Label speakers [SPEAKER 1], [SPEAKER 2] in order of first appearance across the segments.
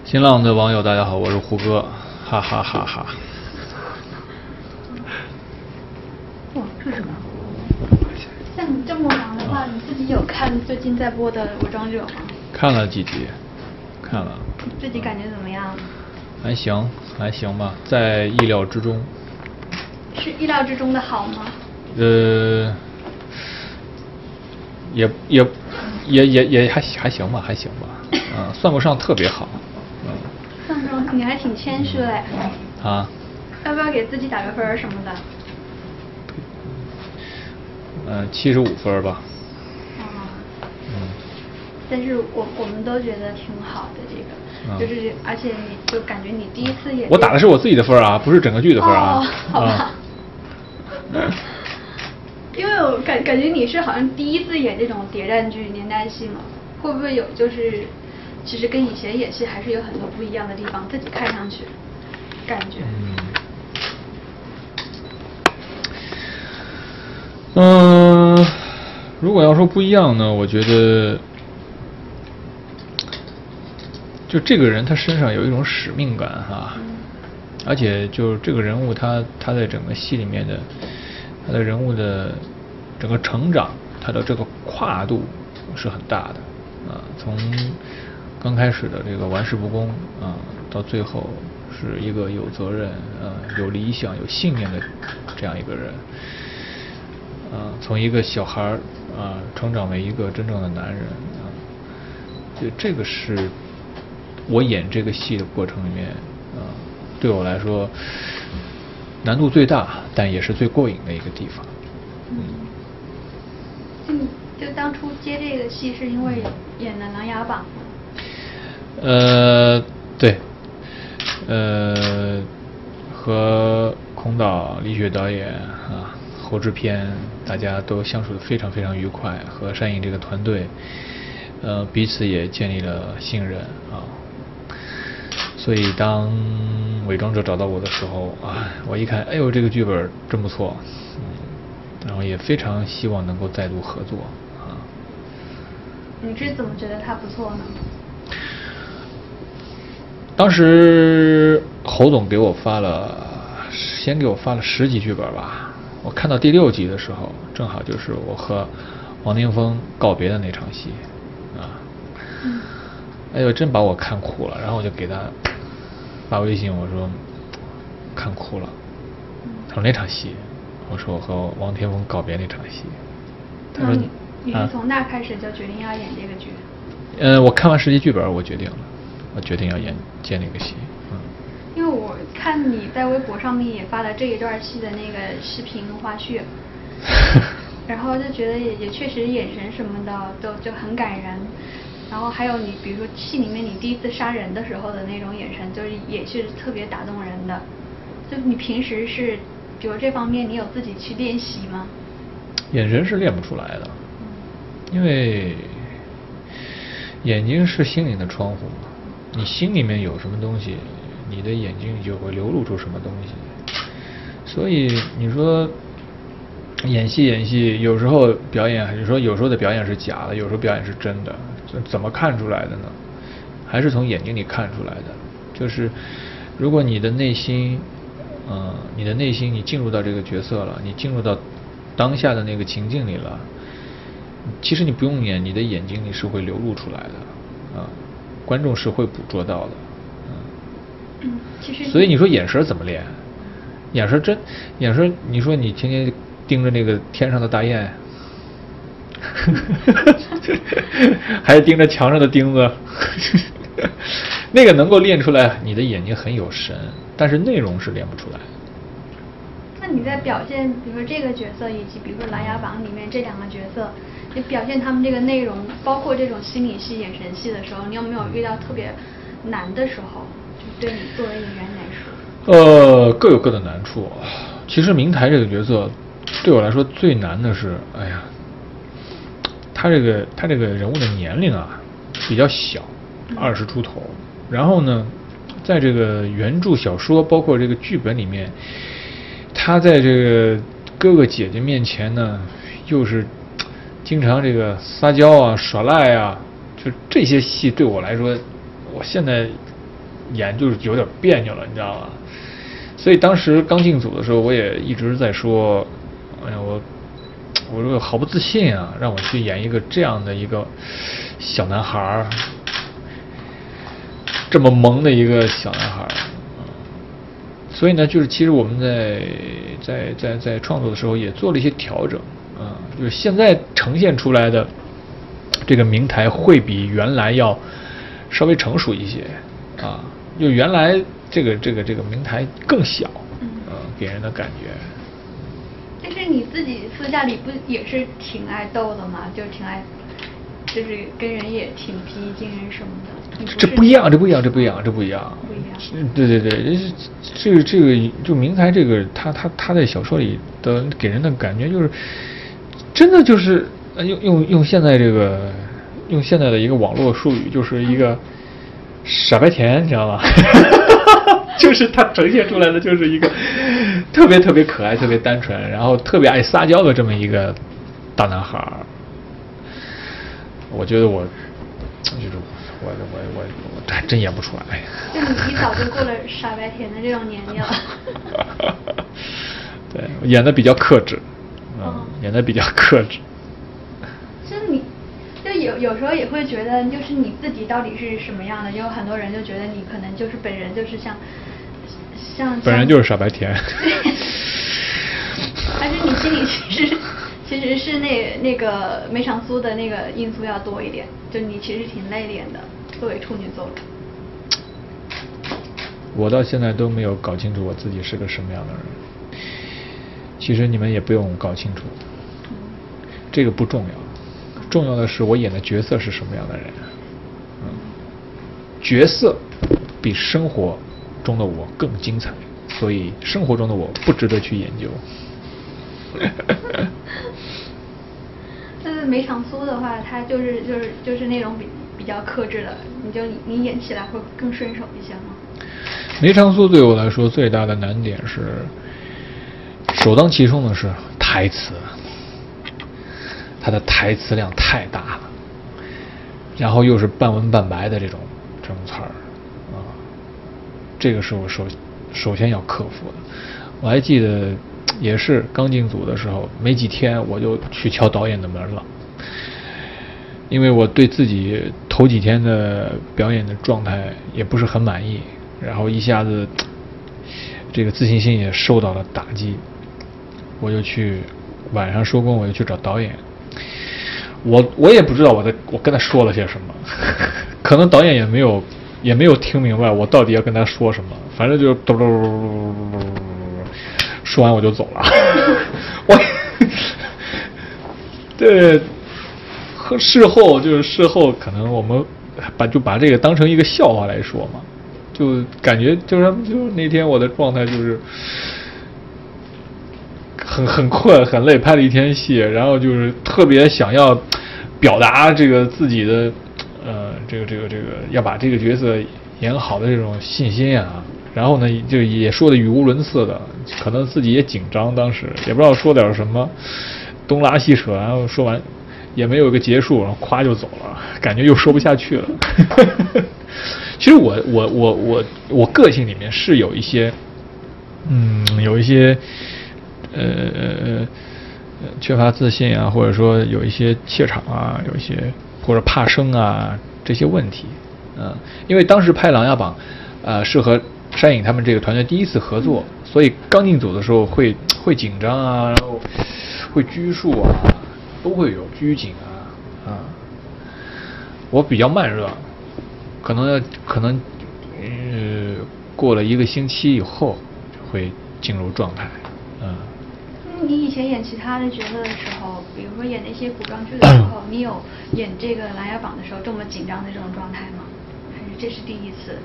[SPEAKER 1] 新浪的网友大家好，我是胡歌，哈哈哈哈。
[SPEAKER 2] 哇，这是什么？像你这么忙的话，你自己有看最近在播的《伪装者》吗？
[SPEAKER 1] 看了几集，看了。
[SPEAKER 2] 自己感觉怎么样？
[SPEAKER 1] 还行，还行吧，在意料之中。
[SPEAKER 2] 是意料之中的好吗？
[SPEAKER 1] 也还行吧，还行吧，算不上特别好，
[SPEAKER 2] 算不上，你还挺谦虚嘞。
[SPEAKER 1] 啊？
[SPEAKER 2] 要不要给自己打个分什么的
[SPEAKER 1] ？75分吧。
[SPEAKER 2] 但是我们都觉得挺好的，这个，就是而且你就感觉你第一次演，
[SPEAKER 1] 我打的是我自己的分啊，不是整个剧的分啊。
[SPEAKER 2] 好吧。因为我感觉你是好像第一次演这种谍战剧、年代戏嘛，会不会有就是其实跟以前演戏还是有很多不一样的地方，自己看上去感觉。
[SPEAKER 1] 如果要说不一样呢，我觉得就这个人他身上有一种使命感哈，而且就是这个人物他在整个戏里面的他的人物的整个成长，他的这个跨度是很大的啊，从刚开始的这个玩世不恭啊，到最后是一个有责任有理想有信念的这样一个人从一个小孩成长为一个真正的男人就这个是我演这个戏的过程里面对我来说难度最大，但也是最过瘾的一个地方。
[SPEAKER 2] 就当初接这个戏是因为演的《琅琊榜》
[SPEAKER 1] 吗？对，和孔导、李雪导演后制片大家都相处得非常非常愉快，和山影这个团队，彼此也建立了信任所以当伪装者找到我的时候我一看，哎呦，这个剧本真不错，然后也非常希望能够再度合作
[SPEAKER 2] 你是怎么觉得他不错呢？
[SPEAKER 1] 当时侯总先给我发了10集剧本吧，我看到第6集的时候，正好就是我和王天峰告别的那场戏哎呦，真把我看哭了，然后我就给他发微信，我说看哭了。他说哪场戏？我说我和王天峰告别那场戏。他说
[SPEAKER 2] 你是从那开始就决定要演这个剧？
[SPEAKER 1] 我看完10集剧本，我决定要接那个戏。
[SPEAKER 2] 因为我看你在微博上面也发了这一段戏的那个视频花絮，然后就觉得也确实眼神什么的就很感人。然后还有你比如说戏里面你第一次杀人的时候的那种眼神，就是也是特别打动人的。就你平时是比如这方面你有自己去练习吗？
[SPEAKER 1] 眼神是练不出来的，因为眼睛是心灵的窗户嘛，你心里面有什么东西，你的眼睛就会流露出什么东西。所以你说演戏有时候表演，还是说有时候的表演是假的，有时候表演是真的，怎么看出来的呢？还是从眼睛里看出来的。就是如果你的内心你进入到这个角色了，你进入到当下的那个情境里了，其实你不用演，你的眼睛里是会流露出来的观众是会捕捉到的
[SPEAKER 2] 其实
[SPEAKER 1] 所以你说眼神怎么练？眼神你说你天天盯着那个天上的大雁还是盯着墙上的钉子那个能够练出来你的眼睛很有神，但是内容是练不出来的。
[SPEAKER 2] 那你在表现比如说这个角色以及比如说《琅琊榜》里面这2个角色，你表现他们这个内容，包括这种心理戏、眼神戏的时候，你有没有遇到特别难的时候？就对你作为演员来
[SPEAKER 1] 说，各有各的难处。其实明台这个角色对我来说最难的是，他这个人物的年龄比较小，20出头。然后呢，在这个原著小说包括这个剧本里面，他在这个哥哥姐姐面前呢，又是经常这个撒娇耍赖就这些戏对我来说，我现在演就是有点别扭了，你知道吗？所以当时刚进组的时候，我也一直在说，哎呀，我说好不自信啊，让我去演一个这样的一个小男孩儿，这么萌的一个小男孩儿。所以呢，就是其实我们在创作的时候也做了一些调整啊，就是现在呈现出来的这个明台会比原来要稍微成熟一些啊，就原来这个明台更小，给人的感觉。
[SPEAKER 2] 但是你自己私下里不也是挺爱逗的吗？就挺爱，就是跟人也挺平易近人什么的。
[SPEAKER 1] 这不一样。对，这个就明台这个，他在小说里的给人的感觉就是，真的就是用现在的一个网络术语，就是一个傻白甜，你知道吗？就是他呈现出来的就是一个特别可爱、特别单纯，然后特别爱撒娇的这么一个大男孩。我觉得我还真演不出来。
[SPEAKER 2] 就你一早就过了傻白甜的这种年龄了。
[SPEAKER 1] 对，演的比较克制，演的比较克制。
[SPEAKER 2] 就是你，就有时候也会觉得，就是你自己到底是什么样的？有很多人就觉得你可能就是本人就是像
[SPEAKER 1] 本人就是傻白甜。
[SPEAKER 2] 还是你心里其实是那个梅长苏的那个因素要多一点，就你其实挺内敛的，作为处女座。
[SPEAKER 1] 我到现在都没有搞清楚我自己是个什么样的人。其实你们也不用搞清楚，这个不重要，重要的是我演的角色是什么样的人。角色比生活中的我更精彩，所以生活中的我不值得去研究。
[SPEAKER 2] 但是梅长苏的话，他就是那种比较克制的，你演起来会更顺手一些吗？
[SPEAKER 1] 梅长苏对我来说最大的难点是，首当其冲的是台词，他的台词量太大了，然后又是半文半白的这种词儿啊，这个是我首先要克服的。我还记得也是刚进组的时候，没几天我就去敲导演的门了，因为我对自己头几天的表演的状态也不是很满意，然后一下子这个自信心也受到了打击，我就去晚上收工，我就去找导演。我也不知道我跟他说了些什么，可能导演也没有听明白我到底要跟他说什么，反正就说完我就走了。对，事后可能我们把这个当成一个笑话来说嘛，就感觉就是那天我的状态就是很困很累，拍了一天戏，然后就是特别想要表达这个自己的这个要把这个角色演好的这种信心啊，然后呢就也说的语无伦次的，可能自己也紧张，当时也不知道说点什么，东拉西扯，然后说完也没有一个结束，然后咵就走了，感觉又说不下去了。其实我个性里面是有一些缺乏自信啊，或者说有一些怯场啊，有一些或者怕生啊这些问题。因为当时拍《琅琊榜》是和山影他们这个团队第一次合作，所以刚进组的时候会紧张啊，然后会拘束啊，都会有拘谨啊。我比较慢热，可能过了1个星期以后会进入状态。
[SPEAKER 2] 你以前演其他的角色的时候，比如说演那些古装剧的时候，你有演这个《琅琊榜》的时候这么紧张的这种状态吗？还是这是第一次？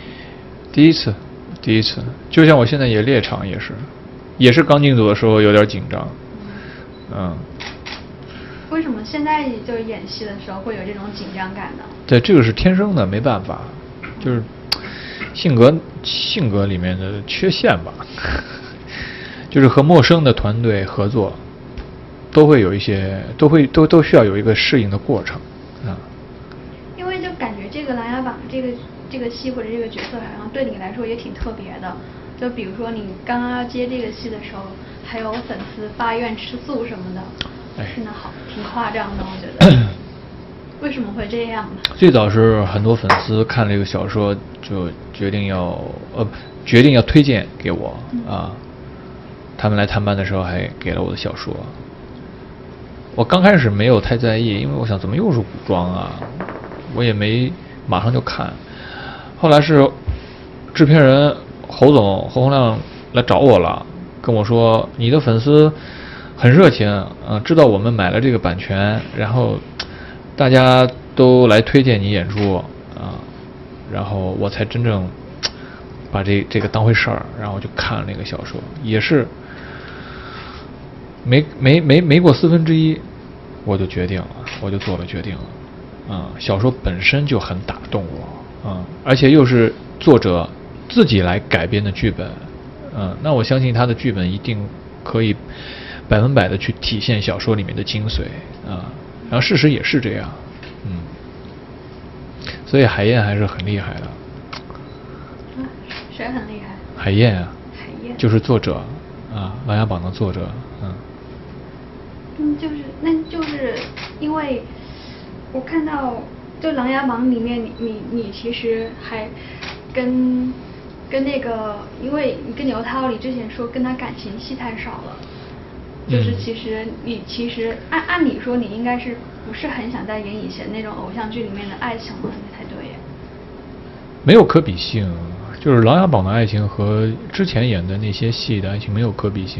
[SPEAKER 1] 第一次，就像我现在演猎场也是刚进组的时候有点紧张。
[SPEAKER 2] 为什么现在就演戏的时候会有这种紧张感呢？
[SPEAKER 1] 对，这个是天生的，没办法，就是性格里面的缺陷吧。就是和陌生的团队合作，都会有一些，都需要有一个适应的过程。
[SPEAKER 2] 因为就感觉这个《琅琊榜》 这个戏或者这个角色好像对你来说也挺特别的。就比如说你刚刚要接这个戏的时候，还有粉丝发愿吃素什么的，真的好挺夸张的，我觉得。为什么会这样呢？
[SPEAKER 1] 最早是很多粉丝看这个小说就决定要推荐给我啊，他们来探班的时候还给了我的小说。我刚开始没有太在意，因为我想怎么又是古装啊，我也没马上就看。后来是制片人侯洪亮来找我了，跟我说你的粉丝很热情，知道我们买了这个版权，然后大家都来推荐你演出啊，然后我才真正把这个当回事儿，然后就看了那个小说，也是没过1/4，我就做了决定了，小说本身就很打动我，而且又是作者自己来改编的剧本，那我相信他的剧本一定可以100%的去体现小说里面的精髓啊，然后事实也是这样，所以海燕还是很厉害的。
[SPEAKER 2] 谁很厉害？
[SPEAKER 1] 海燕啊，
[SPEAKER 2] 海燕
[SPEAKER 1] 就是作者啊，《琅琊榜》的作者，
[SPEAKER 2] 就是因为我看到就《琅琊榜》里面你其实还跟那个，因为你跟刘涛你之前说跟他感情戏太少了，就是其实按理说你应该是不是很想再演以前那种偶像剧里面的爱情了才对耶？
[SPEAKER 1] 没有可比性，就是《琅琊榜》的爱情和之前演的那些戏的爱情没有可比性。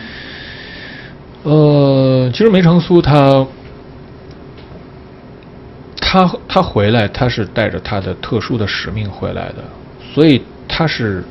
[SPEAKER 1] 其实梅长苏他回来，他是带着他的特殊的使命回来的，所以他是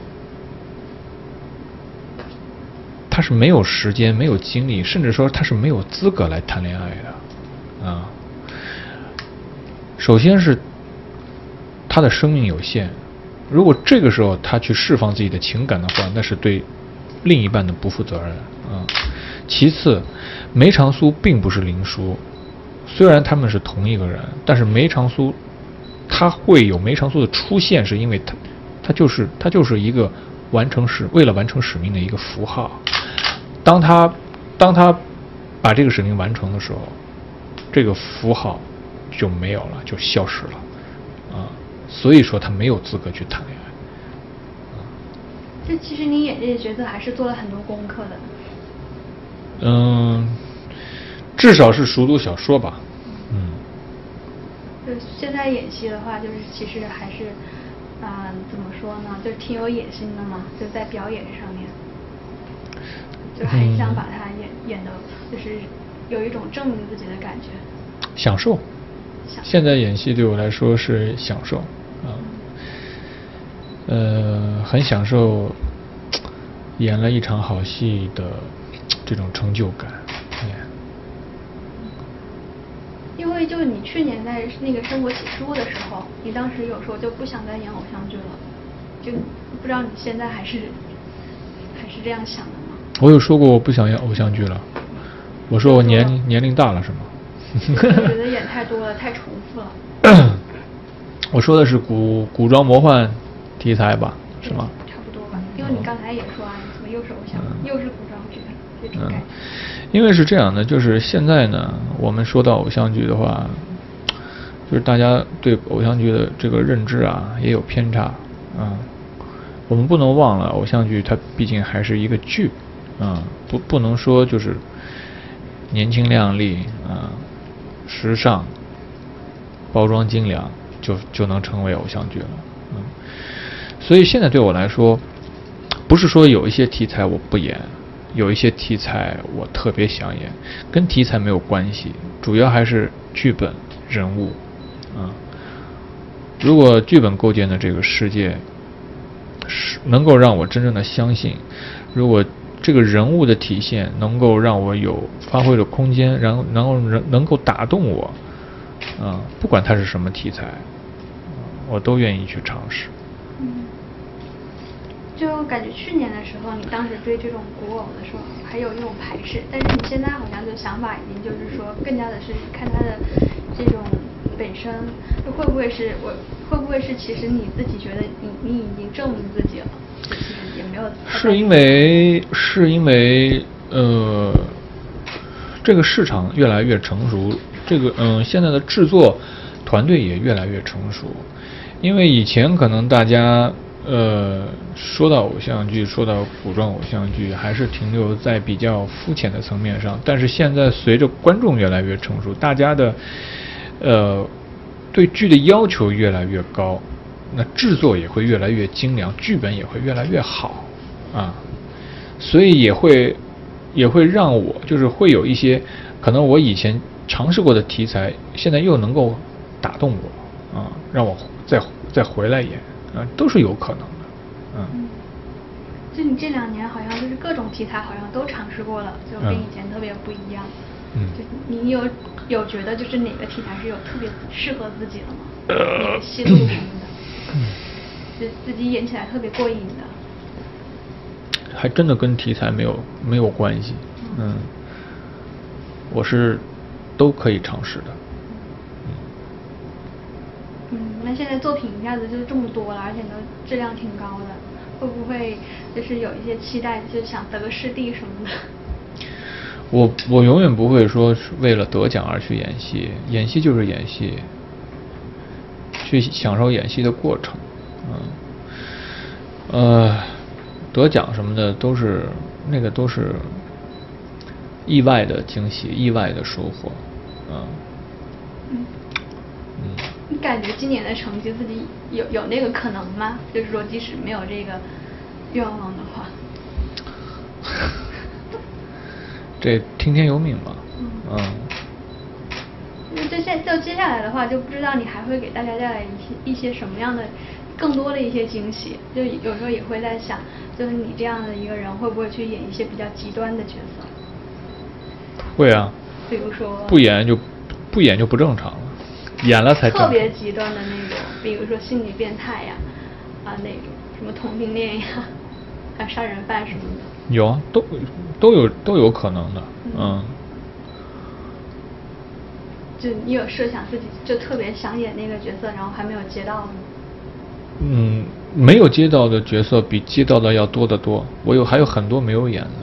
[SPEAKER 1] 没有时间、没有精力，甚至说他是没有资格来谈恋爱的啊。首先是他的生命有限，如果这个时候他去释放自己的情感的话，那是对另一半的不负责任啊。其次，梅长苏并不是林殊，虽然他们是同一个人，但是梅长苏他会有梅长苏的出现，是因为他就是一个为了完成使命的一个符号。当他把这个使命完成的时候，这个符号就没有了，就消失了啊。所以说他没有资格去谈恋爱。
[SPEAKER 2] 这其实你演这个角色还是做了很多功课的。
[SPEAKER 1] 至少是熟读小说吧。
[SPEAKER 2] 就现在演戏的话，就是其实还是怎么说呢，就挺有野心的嘛，就在表演上面，就还想把它演的，就是有一种证明自己的感觉。
[SPEAKER 1] 享受。现在演戏对我来说是享受啊，很享受演了一场好戏的这种成就感。
[SPEAKER 2] 因为就是你去年在那个《生活起书》的时候，你当时有时候就不想再演偶像剧了，就不知道你现在还是这样想的吗？
[SPEAKER 1] 我有说过我不想演偶像剧了，我说我年龄大了是吗？
[SPEAKER 2] 我觉得演太多了，太重复了。
[SPEAKER 1] 我说的是古装魔幻题材吧，是吗？
[SPEAKER 2] 差不多吧，因为你刚才也说怎么又是偶像，又是古装剧这种感觉。
[SPEAKER 1] 因为是这样的，就是现在呢，我们说到偶像剧的话，就是大家对偶像剧的这个认知也有偏差啊。我们不能忘了，偶像剧它毕竟还是一个剧啊，不能说就是年轻靓丽时尚、包装精良就能成为偶像剧了。所以现在对我来说，不是说有一些题材我不演，有一些题材我特别想演，跟题材没有关系，主要还是剧本、人物如果剧本构建的这个世界是能够让我真正的相信，如果这个人物的体现能够让我有发挥的空间，然后能够打动我不管它是什么题材我都愿意去尝试。
[SPEAKER 2] 就感觉去年的时候，你当时对这种古偶的时候还有一种排斥，但是你现在好像就想法已经就是说更加的是看它的这种本身，会不会是会不会是其实你自己觉得你已经证明自己了，其实也没有。
[SPEAKER 1] 是因为这个市场越来越成熟，现在的制作团队也越来越成熟。因为以前可能大家说到偶像剧，说到古装偶像剧，还是停留在比较肤浅的层面上。但是现在随着观众越来越成熟，大家的对剧的要求越来越高，那制作也会越来越精良，剧本也会越来越好啊，所以也会让我就是会有一些可能我以前尝试过的题材，现在又能够打动我啊，让我再回来演啊，都是有可能的。
[SPEAKER 2] 就你这2年好像就是各种题材好像都尝试过了，就跟以前特别不一样。就你有觉得就是哪个题材是有特别适合自己的吗？哪个戏路什么的，就自己演起来特别过瘾的？
[SPEAKER 1] 还真的跟题材没有关系。我是都可以尝试的。
[SPEAKER 2] 那现在作品一下子就这么多了，而且都质量挺高的，会不会就是有一些期待，就想得个视帝什么的？
[SPEAKER 1] 我永远不会说是为了得奖而去演戏，演戏就是演戏，去享受演戏的过程。得奖什么的都是意外的惊喜，意外的收获。
[SPEAKER 2] 你感觉今年的成绩自己有那个可能吗？就是说即使没有这个愿望的话。
[SPEAKER 1] 这听天由命吧。
[SPEAKER 2] 就接下来的话，就不知道你还会给大家带来一些什么样的更多的一些惊喜。就有时候也会在想，就是你这样的一个人会不会去演一些比较极端的角色？
[SPEAKER 1] 会啊。
[SPEAKER 2] 比如说
[SPEAKER 1] 不演就不正常了，演了才正常。
[SPEAKER 2] 特別極端的那種，比如說心理變態呀，那種什麼同性戀呀，還有殺人犯什麼的。
[SPEAKER 1] 有啊，都有可能的。
[SPEAKER 2] 就你有設想自己就特別想演那個角色，然後還沒有接到嗎？
[SPEAKER 1] 沒有接到的角色比接到的要多得多，還有很多沒有演的。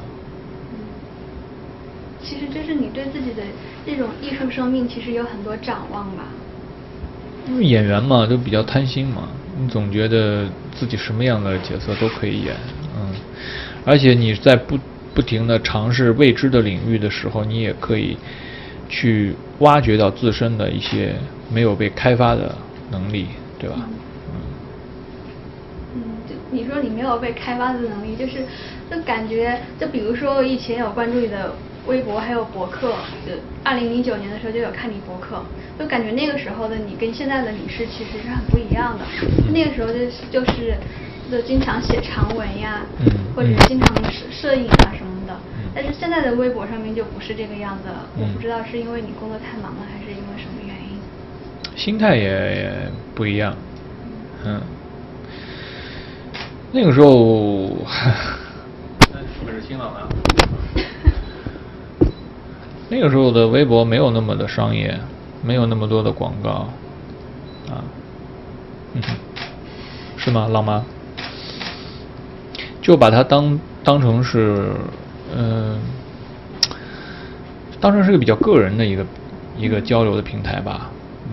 [SPEAKER 2] 其實就是你對自己的這種藝術生命其實有很多展望吧。
[SPEAKER 1] 因為演員嘛，都比較貪心嘛，你總覺得自己什麼樣的角色都可以演。而且你在不停的嘗試未知的領域的時候，你也可以去挖掘到自身的一些沒有被開發的能力，對吧？
[SPEAKER 2] 就你說你沒有被開發的能力，就感覺就比如說以前有關注你的微博還有博客，就2009年的時候就有看你博客，就感覺那個時候的你跟現在的你是其實是很不一樣的。那個時候就經常寫長文呀，或者經常攝影啊什麼的。但是現在的微博上面就不是這個樣子了。我不知道是因為你工作太忙了，還是因為什麼原因？
[SPEAKER 1] 心態也不一樣。那個時候是不是新浪啊？那個時候的微博沒有那麼的商業，沒有那麼多的廣告啊。是嗎，浪媽？就把它當成是當成是個比較個人的一個交流的平台吧。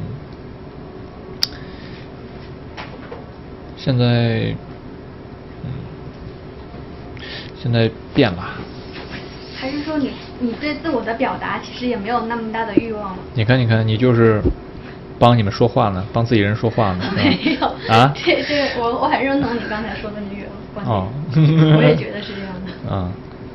[SPEAKER 1] 現在變了。
[SPEAKER 2] 還是說你對自我的表達其實也沒有那麼大的慾望了？你
[SPEAKER 1] 看，你就是幫你們說話呢，幫自己人說話呢。
[SPEAKER 2] 沒有
[SPEAKER 1] 啊？
[SPEAKER 2] 這個我很認同你剛才說的那個觀點。我也覺得是這樣的。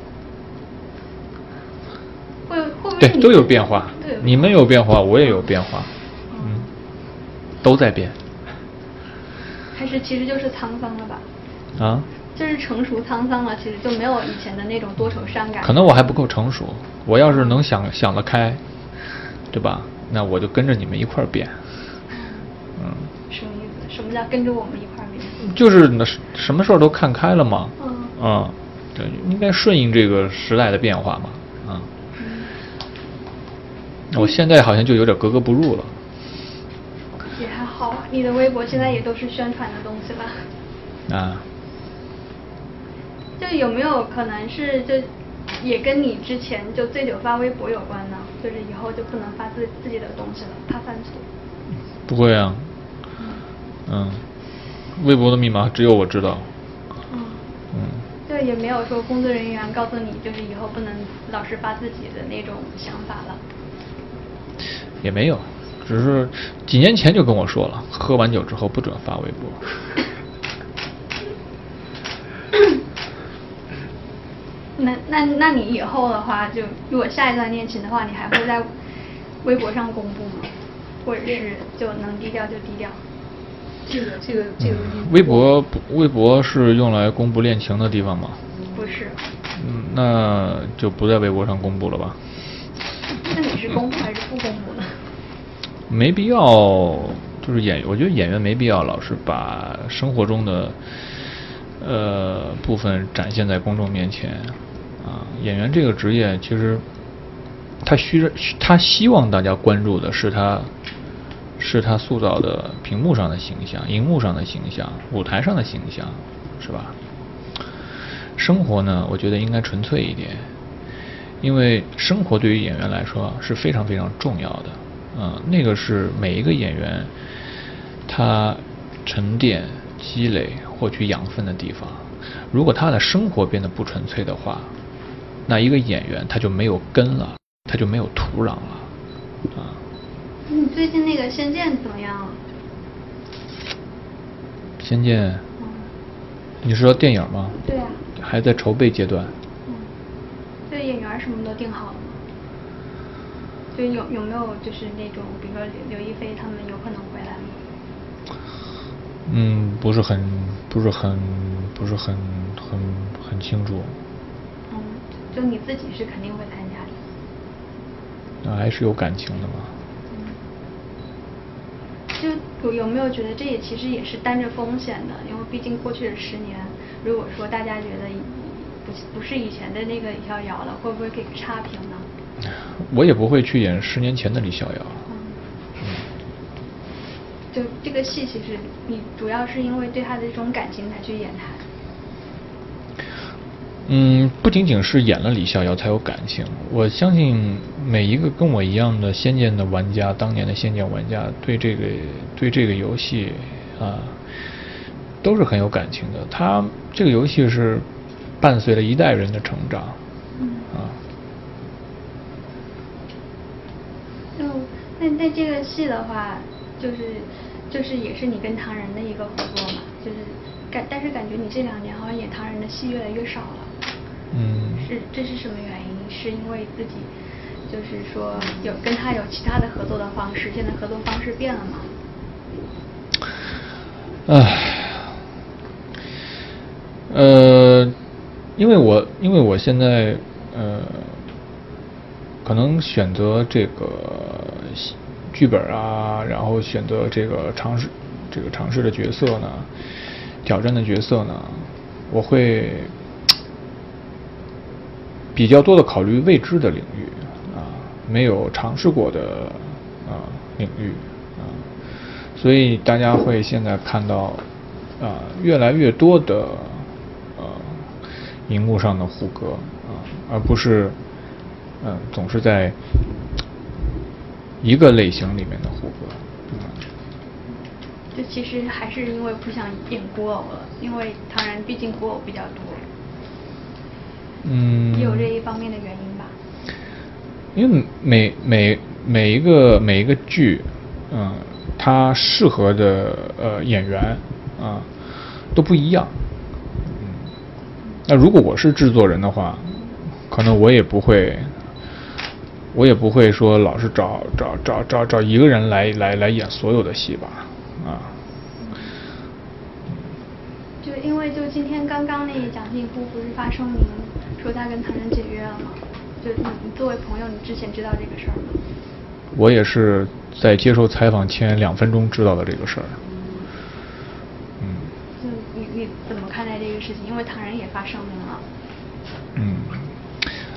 [SPEAKER 2] 會不會
[SPEAKER 1] 對，都有變化。你們有變化，我也有變化。都在變。
[SPEAKER 2] 還是其實就是滄桑了吧？
[SPEAKER 1] 啊？就是
[SPEAKER 2] 成熟滄桑了，其實就沒有以前的那種多愁善感。
[SPEAKER 1] 可能我還不夠成熟，我要是能想得開，對吧？那我就跟着你們一塊兒變。
[SPEAKER 2] 什麼意思？什麼叫跟着我們一塊兒變？
[SPEAKER 1] 就是什麼事兒都看開了嘛。對，應該順應這個時代的變化嘛。我現在好像就有點格格不入了。
[SPEAKER 2] 也還好啊， 你的微博现在也都是宣传的东西了。
[SPEAKER 1] 啊。
[SPEAKER 2] 就有没有可能是就也跟你之前就醉酒发微博有关呢？就是以后就不能发自己的东西了，怕犯错。
[SPEAKER 1] 不会啊。微博的密码只有我知道。就
[SPEAKER 2] 也没有说工作人员告诉你，就是以后不能老是发自己的那种想法了。
[SPEAKER 1] 也没有，只是几年前就跟我说了，喝完酒之后不准发微博。
[SPEAKER 2] 那你以后的话，就如果下一段恋情的话，你还会在微博上公布吗？或者是就能低调就低调？
[SPEAKER 3] 这个
[SPEAKER 1] 微博是用来公布恋情的地方吗？
[SPEAKER 2] 不是。
[SPEAKER 1] 那就不在微博上公布了吧？
[SPEAKER 2] 那你是公布还是不公布呢？
[SPEAKER 1] 没必要，就是我觉得演员没必要老是把生活中的部分展现在公众面前啊。演员这个职业其实他希望大家关注的是他塑造的屏幕上的形象、荧幕上的形象、舞台上的形象，是吧？生活呢，我觉得应该纯粹一点，因为生活对于演员来说是非常非常重要的。那个是每一个演员他沉淀、积累、获取养分的地方。如果他的生活变得不纯粹的话，那一个演员他就没有根了，他就没有土壤了啊。
[SPEAKER 2] 你最近那个《仙剑》怎么样了？
[SPEAKER 1] 仙剑，你是说电影吗？
[SPEAKER 2] 对啊。
[SPEAKER 1] 还在筹备阶段。
[SPEAKER 2] 对，演员什么都定好了吗？就有没有就是那种，比如说刘亦菲他们有可能回来吗？
[SPEAKER 1] 不是很清楚。
[SPEAKER 2] 就你自己是肯定会参加的。
[SPEAKER 1] 那还是有感情的嘛。
[SPEAKER 2] 就有没有觉得这也其实也是担着风险的？因为毕竟过去的10年，如果说大家觉得不是以前的那个李逍遥了，会不会给个差评呢？
[SPEAKER 1] 我也不会去演10年前的李逍遥。
[SPEAKER 2] 就这个戏，其实你主要是因为对他的这种感情才去演他。
[SPEAKER 1] 不仅仅是演了李逍遥才有感情，我相信每一个跟我一样的仙剑的玩家，当年的仙剑玩家对这个游戏都是很有感情的。他这个游戏是伴随了一代人的成长。
[SPEAKER 2] 那这个戏的话，就是也是你跟唐人的一个合作嘛，但是感觉你这2年好像演唐人的戏越来越少了。这是什么原因？是因为自己就是说跟他有其他的合作的方式，现在合作方式变了吗？
[SPEAKER 1] 因为我现在可能选择这个剧本啊，然后选择这个尝试的角色呢，挑战的角色呢，我会比较多的考虑未知的领域没有尝试过的领域所以大家会现在看到越来越多的荧幕上的胡歌而不是总是在一个类型里面的胡歌。
[SPEAKER 2] 就其实还是因为不想演古偶了，因为唐人毕竟古偶比较多。也有这一方面的原因吧。
[SPEAKER 1] 因为每一个剧，它适合的演员都不一样。那如果我是制作人的话，可能我也不会说老是找一个人来演所有的戏吧。
[SPEAKER 2] 就因为就今天刚刚那蒋劲夫不是发声明说他跟唐人解约了吗？就你作为朋友，你之前知道这个事儿吗？
[SPEAKER 1] 我也是在接受采访前2分钟知道的这个事儿。
[SPEAKER 2] 就你怎么看待这个事情？因为唐人也发声明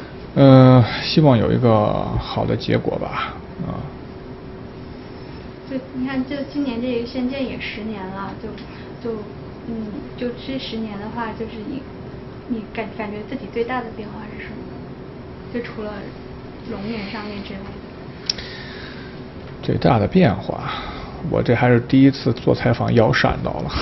[SPEAKER 2] 了。
[SPEAKER 1] 希望有一个好的结果吧。
[SPEAKER 2] 就你看，就今年这个仙剑也10年了，就这10年的话，就是你感觉自己最大的变化是什么？就除了容颜上面之类的。
[SPEAKER 1] 最大的变化，我这还是第一次做采访腰闪到了。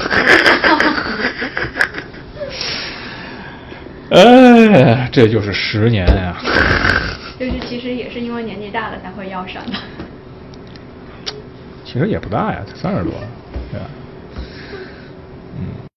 [SPEAKER 1] 哎，这就是10年呀。
[SPEAKER 2] 就是其实也是因为年纪大了才会腰闪的。
[SPEAKER 1] 其实也不大呀，才30多，对吧？